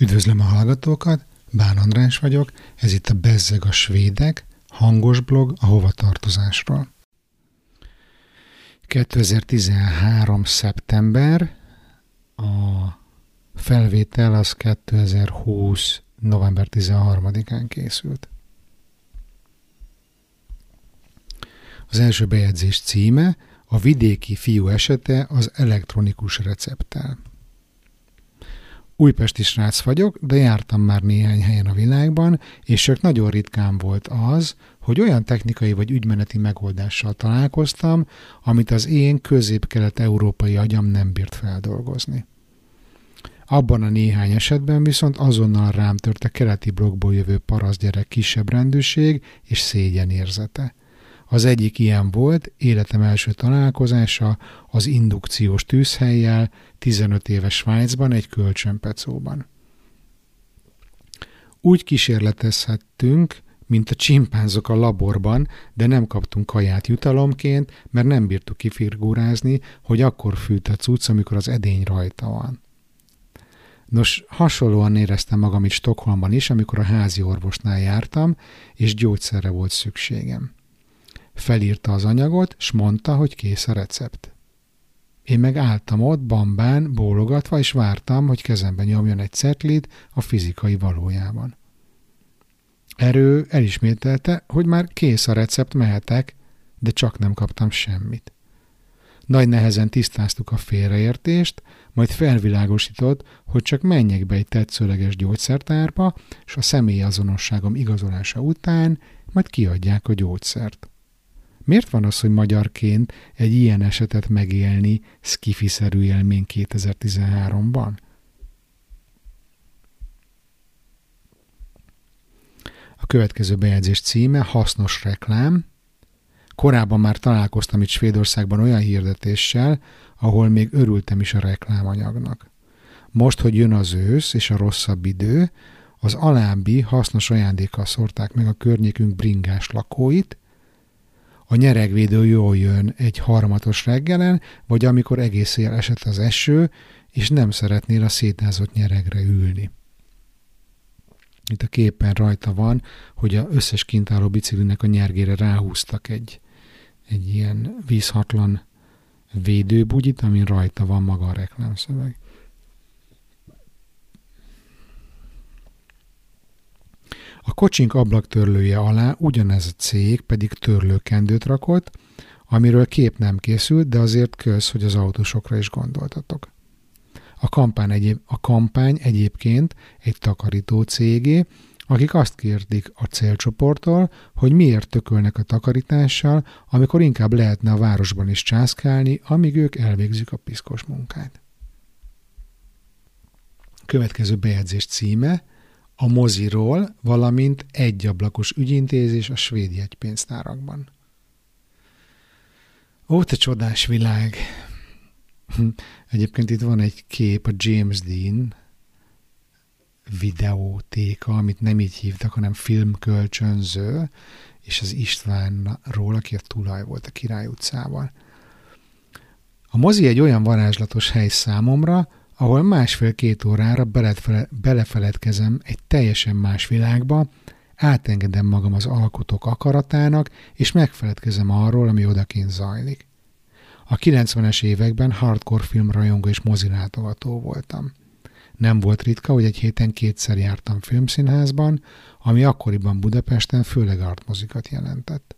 Üdvözlöm a hallgatókat, Bán András vagyok, ez itt a Bezzeg a Svédek, hangos blog a hovatartozásról. 2013. szeptember, a felvétel az 2020. november 13-án készült. Az első bejegyzés címe: a vidéki fiú esete az elektronikus recepttel. Újpesti srác vagyok, de jártam már néhány helyen a világban, és csak nagyon ritkán volt az, hogy olyan technikai vagy ügymeneti megoldással találkoztam, amit az én közép-kelet-európai agyam nem bírt feldolgozni. Abban a néhány esetben viszont azonnal rám tört a keleti blokkból jövő parasztgyerek kisebb rendűség és szégyen érzete. Az egyik ilyen volt életem első találkozása az indukciós tűzhellyel 15 éves Svájcban egy kölcsönpecóban. Úgy kísérletezhettünk, mint a csimpánzok a laborban, de nem kaptunk kaját jutalomként, mert nem bírtuk kifigurázni, hogy akkor fűt a cucc, amikor az edény rajta van. Nos, hasonlóan éreztem magam itt Stockholmban is, amikor a házi orvosnál jártam, és gyógyszerre volt szükségem. Felírta az anyagot, s mondta, hogy kész a recept. Én meg álltam ott, bambán, bólogatva, és vártam, hogy kezembe nyomjon egy cetlit a fizikai valójában. Erő elismételte, hogy már kész a recept, mehetek, de csak nem kaptam semmit. Nagy nehezen tisztáztuk a félreértést, majd felvilágosított, hogy csak menjek be egy tetszőleges gyógyszertárba, és a személyazonosságom igazolása után majd kiadják a gyógyszert. Miért van az, hogy magyarként egy ilyen esetet megélni szkifiszerű élmény 2013-ban? A következő bejegyzés címe hasznos reklám. Korábban már találkoztam itt Svédországban olyan hirdetéssel, ahol még örültem is a reklámanyagnak. Most, hogy jön az ősz és a rosszabb idő, az alábbi hasznos ajándékkal szórták meg a környékünk bringás lakóit. A nyeregvédő jól jön egy harmatos reggelen, vagy amikor egész éjjel esett az eső, és nem szeretnél a szétázott nyeregre ülni. Itt a képen rajta van, hogy az összes kintáró biciklinek a nyergére ráhúztak egy ilyen vízhatlan védőbugyit, amin rajta van maga a reklámszöveg. A kocsink ablaktörlője alá ugyanez a cég pedig törlőkendőt rakott, amiről kép nem készült, de azért köz, hogy az autósokra is gondoltatok. A kampány egyébként egy takarító cégé, akik azt kérdik a célcsoporttól, hogy miért tökölnek a takarítással, amikor inkább lehetne a városban is császkálni, amíg ők elvégzik a piszkos munkát. Következő bejegyzés címe: a moziról, valamint egyablakos ügyintézés a svéd jegypénztárakban. Ó, te csodás világ! Egyébként itt van egy kép, a James Dean videótéka, amit nem így hívtak, hanem filmkölcsönző, és az Istvánról, aki a tulaj volt a Király utcában. A mozi egy olyan varázslatos hely számomra, ahol 1,5-2 órára belefeledkezem egy teljesen más világba, átengedem magam az alkotók akaratának, és megfeledkezem arról, ami odakint zajlik. A 90-es években hardcore filmrajongó és mozilátogató voltam. Nem volt ritka, hogy egy héten 2-szer jártam filmszínházban, ami akkoriban Budapesten főleg artmozikat jelentett.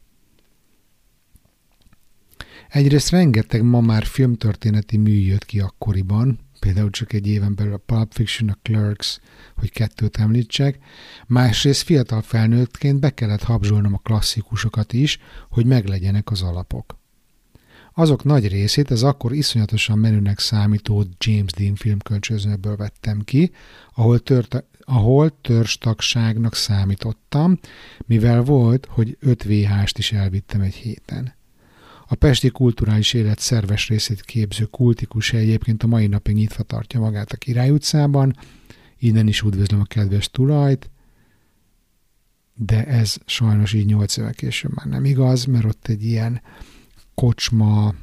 Egyrészt rengeteg ma már filmtörténeti mű jött ki akkoriban, például csak egy éven belül a Pulp Fiction, a Clerks, hogy 2 említsek, másrészt fiatal felnőttként be kellett habzsolnom a klasszikusokat is, hogy meglegyenek az alapok. Azok nagy részét az akkor iszonyatosan menőnek számító James Dean filmkölcsönzőből vettem ki, ahol törstagságnak számítottam, mivel volt, hogy 5 VHS-t is elvittem egy héten. A pesti kulturális élet szerves részét képző kultikus hely egyébként a mai napig nyitva tartja magát a Király utcában, innen is üdvözlöm a kedves tulajt, de ez sajnos így 8 évvel később már nem igaz, mert ott egy ilyen kocsma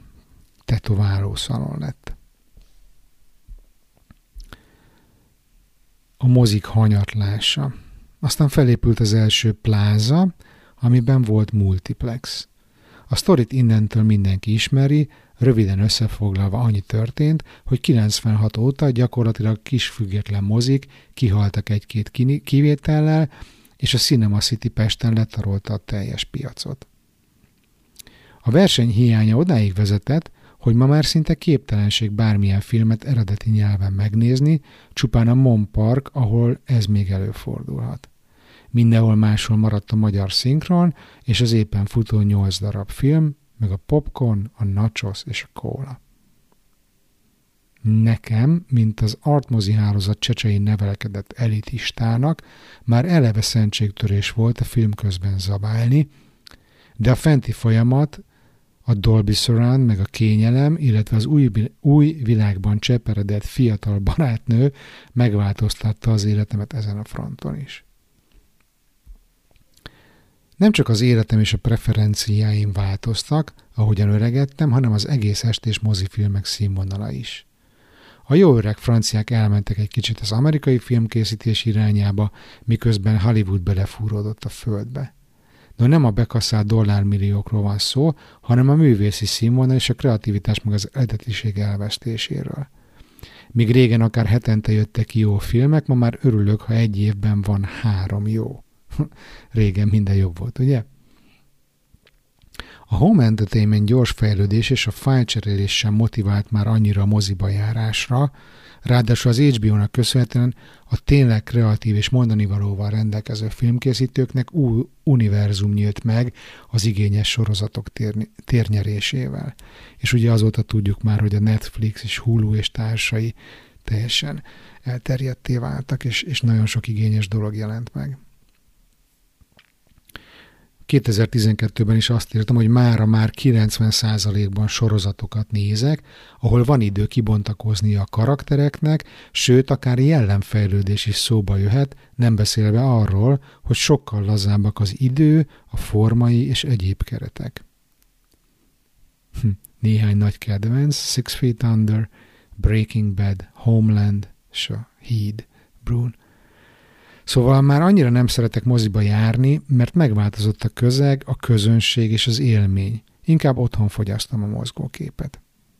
tetováló szalon lett. a mozik hanyatlása. Aztán felépült az első pláza, amiben volt multiplex. A sztorit innentől mindenki ismeri, röviden összefoglalva annyi történt, hogy 96 óta gyakorlatilag kis független mozik kihaltak egy-két kivétellel, és a Cinema City Pesten letarolta a teljes piacot. A verseny hiánya odáig vezetett, hogy ma már szinte képtelenség bármilyen filmet eredeti nyelven megnézni, csupán a Mon Park, ahol ez még előfordulhat. Mindenhol máshol maradt a magyar szinkron, és az éppen futó 8 darab film, meg a popcorn, a nachos és a kóla. Nekem, mint az artmozi hálózat csecsein nevelkedett elitistának, már eleve szentségtörés volt a film közben zabálni, de a fenti folyamat, a Dolby Surround, meg a kényelem, illetve az új világban cseperedett fiatal barátnő megváltoztatta az életemet ezen a fronton is. Nem csak az életem és a preferenciáim változtak, ahogyan öregedtem, hanem az egész estés mozifilmek színvonala is. A jó öreg franciák elmentek egy kicsit az amerikai filmkészítés irányába, miközben Hollywood belefúródott a földbe. De nem a bekasszált dollármilliókról van szó, hanem a művészi színvonal és a kreativitás meg az eredetiség elvesztéséről. Míg régen akár hetente jöttek ki jó filmek, ma már örülök, ha egy évben van 3 jó. Régen minden jobb volt, ugye? A home entertainment gyors fejlődés és a fájlcserélés sem motivált már annyira a moziba járásra, ráadásul az HBO-nak köszönhetően a tényleg kreatív és mondanivalóval rendelkező filmkészítőknek új univerzum nyílt meg az igényes sorozatok térnyerésével. És ugye azóta tudjuk már, hogy a Netflix és Hulu és társai teljesen elterjedté váltak, és nagyon sok igényes dolog jelent meg. 2012-ben is azt írtam, hogy mára már 90%-ban sorozatokat nézek, ahol van idő kibontakozni a karaktereknek, sőt, akár jellemfejlődés is szóba jöhet, nem beszélve arról, hogy sokkal lazábbak az idő, a formai és egyéb keretek. Néhány nagy kedvenc: Six Feet Under, Breaking Bad, Homeland és a Heat, Brune. Szóval már annyira nem szeretek moziba járni, mert megváltozott a közeg, a közönség és az élmény. Inkább otthon fogyasztom a mozgóképet.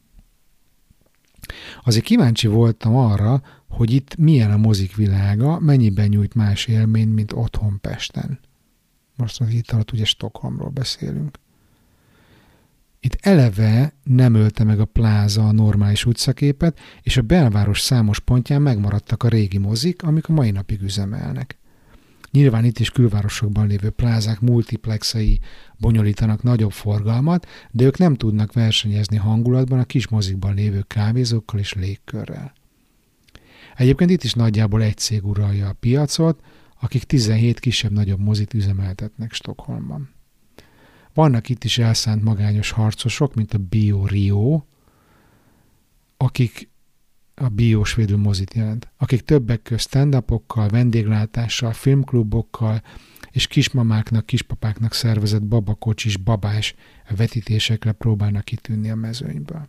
Azért kíváncsi voltam arra, hogy itt milyen a mozik világa, mennyiben nyújt más élményt, mint otthon Pesten. Most az itt alatt ugye Stockholmról beszélünk. Itt eleve nem ölte meg a pláza a normális utcaképet, és a belváros számos pontján megmaradtak a régi mozik, amik a mai napig üzemelnek. Nyilván itt is külvárosokban lévő plázák multiplexei bonyolítanak nagyobb forgalmat, de ők nem tudnak versenyezni hangulatban a kis mozikban lévő kávézókkal és légkörrel. Egyébként itt is nagyjából egy cég uralja a piacot, akik 17 kisebb-nagyobb mozit üzemeltetnek Stockholmban. Vannak itt is elszánt magányos harcosok, mint a Bio Rio, akik a Bio svédül mozit jelent, akik többek közt stand-upokkal, vendéglátással, filmklubokkal és kismamáknak, kispapáknak szervezett babakocsis, babás vetítésekre próbálnak kitűnni a mezőnyből.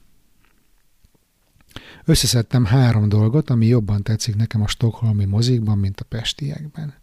Összeszedtem 3 dolgot, ami jobban tetszik nekem a stockholmi mozikban, mint a pestiekben.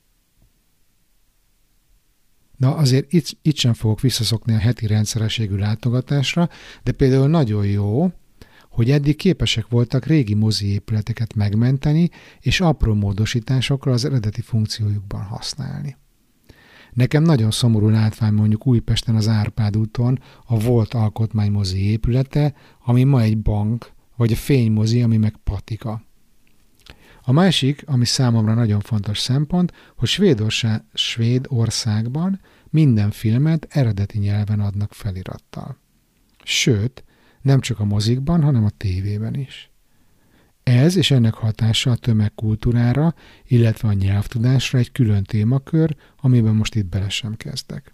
Na azért itt sem fogok visszaszokni a heti rendszerességű látogatásra, de például nagyon jó, hogy eddig képesek voltak régi mozi épületeket megmenteni, és apró módosításokkal az eredeti funkciójukban használni. Nekem nagyon szomorú látvány mondjuk Újpesten az Árpád úton a volt alkotmánymozi épülete, ami ma egy bank, vagy a Fénymozi, ami meg patika. A másik, ami számomra nagyon fontos szempont, hogy Svédországban minden filmet eredeti nyelven adnak felirattal. Sőt, nem csak a mozikban, hanem a tévében is. Ez és ennek hatása a tömegkultúrára, illetve a nyelvtudásra egy külön témakör, amiben most itt bele sem kezdek.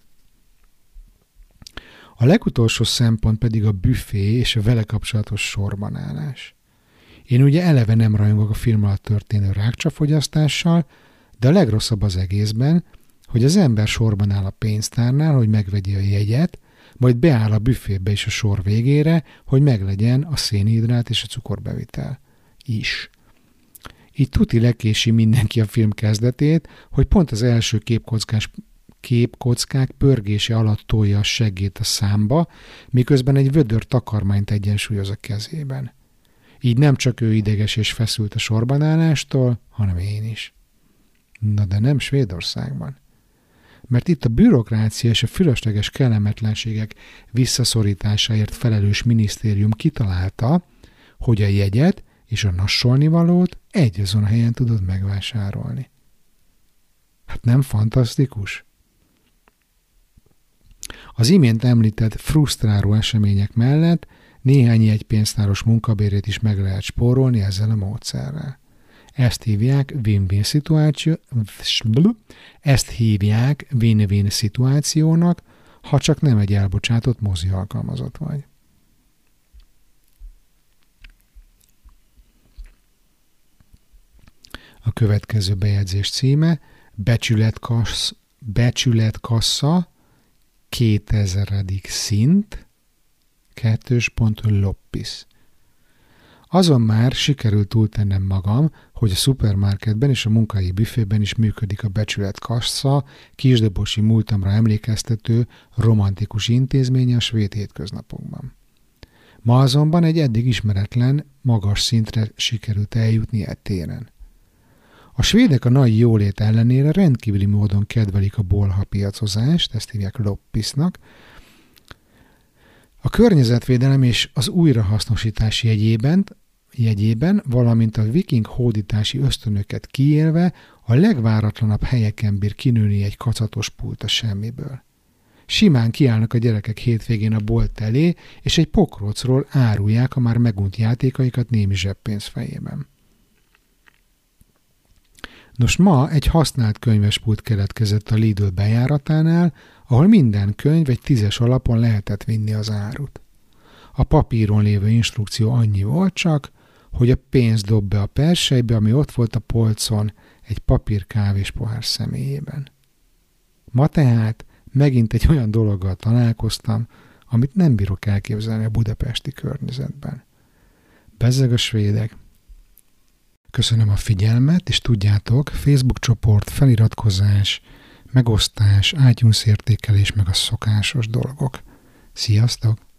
A legutolsó szempont pedig a büfé és a vele kapcsolatos sorbanállás. Én ugye eleve nem rajongok a film alatt történő rákcsafogyasztással, de a legrosszabb az egészben, hogy az ember sorban áll a pénztárnál, hogy megvegye a jegyet, majd beáll a büfébe is a sor végére, hogy meglegyen a szénhidrát és a cukorbevitel is. Így tuti lekési mindenki a film kezdetét, hogy pont az első képkockák pörgése alatt tolja a seggét a számba, miközben egy vödör takarmányt egyensúlyoz a kezében. Így nem csak ő ideges és feszült a sorbanállástól, hanem én is. Na de nem Svédországban. Mert itt a bürokrácia és a fölösleges kellemetlenségek visszaszorításáért felelős minisztérium kitalálta, hogy a jegyet és a nassolnivalót egyazon a helyen tudod megvásárolni. Hát nem fantasztikus? Az imént említett frusztráló események mellett néhány jegypénztáros munkabérét is meg lehet spórolni ezzel a módszerrel. Ezt hívják win-win szituációnak, ha csak nem egy elbocsátott mozi alkalmazott vagy. A következő bejegyzés címe Becsületkassa 2000. szint ..loppis. Azon már sikerült túltennem magam, hogy a szupermarketben és a munkahelyi büfében is működik a becsületkassa, kisdobosi múltamra emlékeztető romantikus intézménye a svéd hétköznapokban. Ma azonban egy eddig ismeretlen, magas szintre sikerült eljutni téren. A svédek a nagy jólét ellenére rendkívüli módon kedvelik a bolhapiacozást, ezt hívják loppisnak. A környezetvédelem és az újrahasznosítás jegyében, valamint a viking hódítási ösztönöket kiélve a legváratlanabb helyeken bír kinőni egy kacatos pult a semmiből. Simán kiállnak a gyerekek hétvégén a bolt elé, és egy pokrócról árulják a már megunt játékaikat némi zseppénz fejében. Nos, ma egy használt könyvespult keletkezett a Lidl bejáratánál, ahol minden könyv egy 10-es alapon lehetett vinni az árut. A papíron lévő instrukció annyi volt csak, hogy a pénzt dob be a perselybe, ami ott volt a polcon egy papír kávés pohár személyében. Ma tehát megint egy olyan dologgal találkoztam, amit nem bírok elképzelni a budapesti környezetben. Bezzeg a svédek! Köszönöm a figyelmet, és tudjátok, Facebook csoport, feliratkozás, megosztás, iTunes értékelés, meg a szokásos dolgok. Sziasztok!